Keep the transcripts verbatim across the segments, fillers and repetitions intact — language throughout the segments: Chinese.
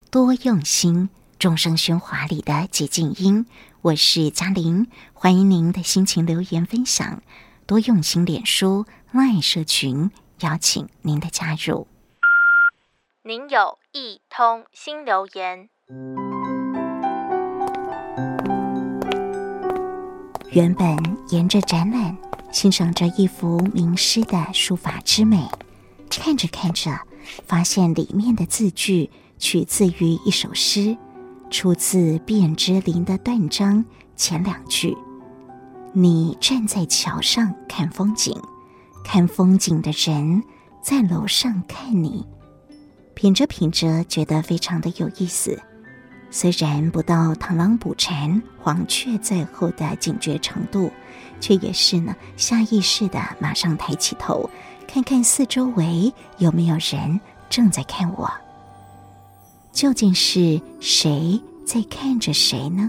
多用心，众生喧哗里的寂静音。我是嘉玲，欢迎您的心情留言分享。多用心脸书 LINE 社群，邀请您的加入。 您有一通新留言。 原本沿着展览欣赏着一幅名师的书法之美，看着看着，发现里面的字句取自于一首诗，出自卞之琳的断章前两句：你站在桥上看风景，看风景的人在楼上看你。品着品着，觉得非常的有意思。虽然不到螳螂捕蝉，黄雀在后的警觉程度，却也是呢下意识的马上抬起头，看看四周围有没有人正在看我。究竟是谁在看着谁呢？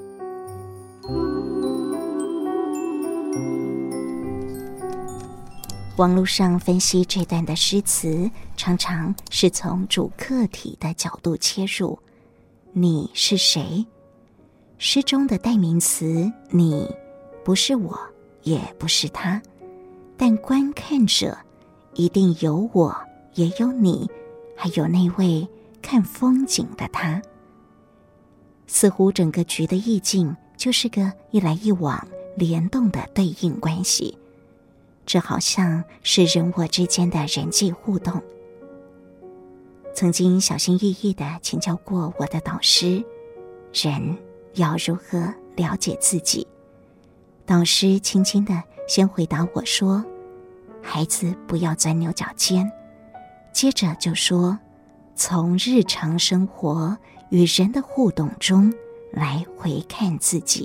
网络上分析这段的诗词，常常是从主客体的角度切入。你是谁？诗中的代名词你，不是我，也不是他，但观看者一定有我，也有你，还有那位看风景的他。似乎整个局的意境就是个一来一往联动的对应关系，这好像是人我之间的人际互动。曾经小心翼翼地请教过我的导师，人要如何了解自己？导师轻轻地先回答我说，孩子不要钻牛角尖，接着就说，从日常生活与人的互动中来回看自己。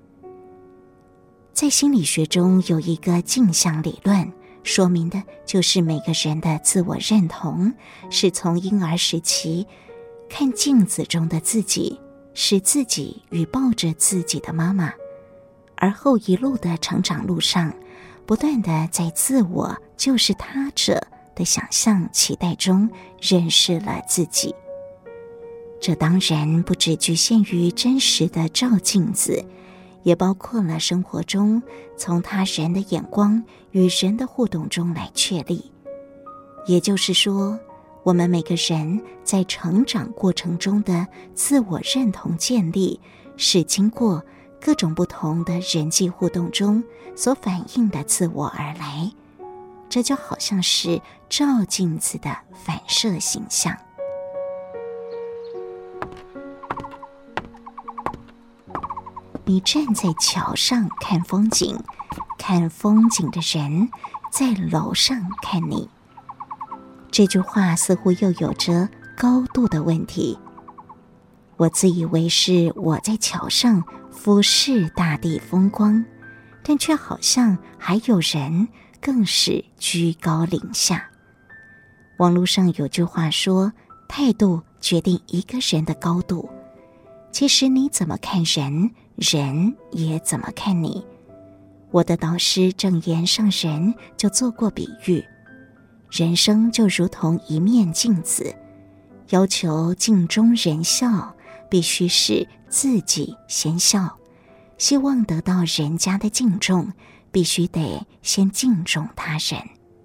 在心理学中有一个镜像理论，说明的就是每个人的自我认同是从婴儿时期看镜子中的自己，是自己与抱着自己的妈妈，而后一路的成长路上，不断的在自我就是他者的想象期待中认识了自己。这当然不只局限于真实的照镜子，也包括了生活中从他人的眼光与人的互动中来确立。也就是说，我们每个人在成长过程中的自我认同建立，是经过各种不同的人际互动中所反映的自我而来。这就好像是照镜子的反射形象。你站在桥上看风景，看风景的人在楼上看你。这句话似乎又有着高度的问题。我自以为是我在桥上俯视大地风光，但却好像还有人更是居高临下。网络上有句话说，态度决定一个人的高度。其实你怎么看人，人也怎么看你。我的导师正言上人就做过比喻，人生就如同一面镜子，要求镜中人笑，必须是自己先笑；希望得到人家的敬重，必须得先敬重他人。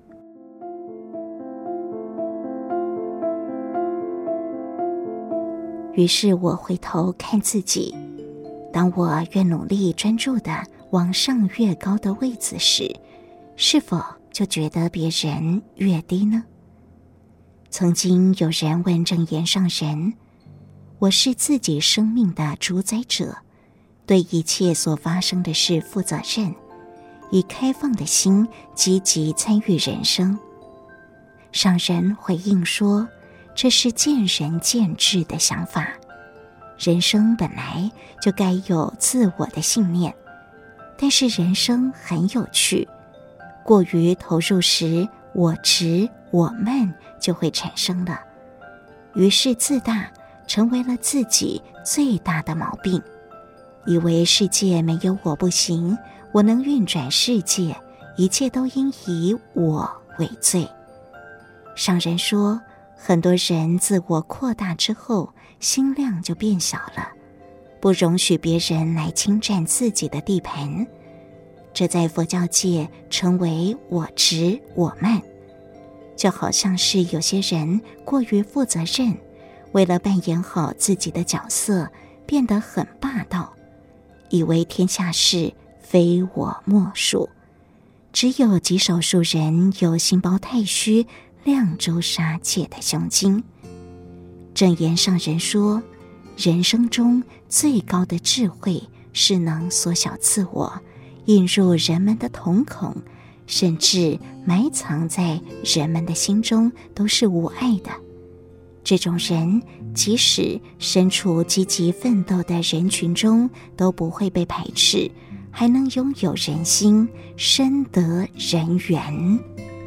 于是我回头看自己，当我越努力专注地往上越高的位子时，是否就觉得别人越低呢？曾经有人问正言上人，我是自己生命的主宰者，对一切所发生的事负责任，以开放的心积极参与人生。上人回应说，这是见仁见智的想法，人生本来就该有自我的信念，但是人生很有趣，过于投入时，我执我慢就会产生了，于是自大成为了自己最大的毛病，以为世界没有我不行，我能运转世界，一切都应以我为最。上人说，很多人自我扩大之后， 心量就变小了，不容许别人来侵占自己的地盘。这在佛教界称为我执我慢，就好像是有些人过于负责任，为了扮演好自己的角色，变得很霸道，以为天下事非我莫属。只有极少数人有心包太虚、量周杀戒的胸襟。正言上人说，人生中最高的智慧是能缩小自我，引入人们的瞳孔，甚至埋藏在人们的心中，都是无碍的。这种人即使身处积极奋斗的人群中，都不会被排斥，还能拥有人心，深得人缘。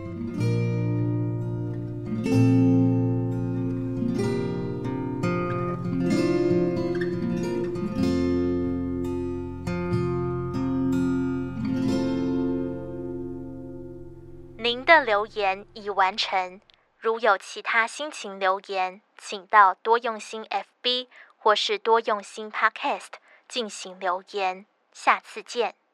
您的留言已完成，如有其他心情留言，请到多用心 F B 或是多用心 Podcast 进行留言。下次见。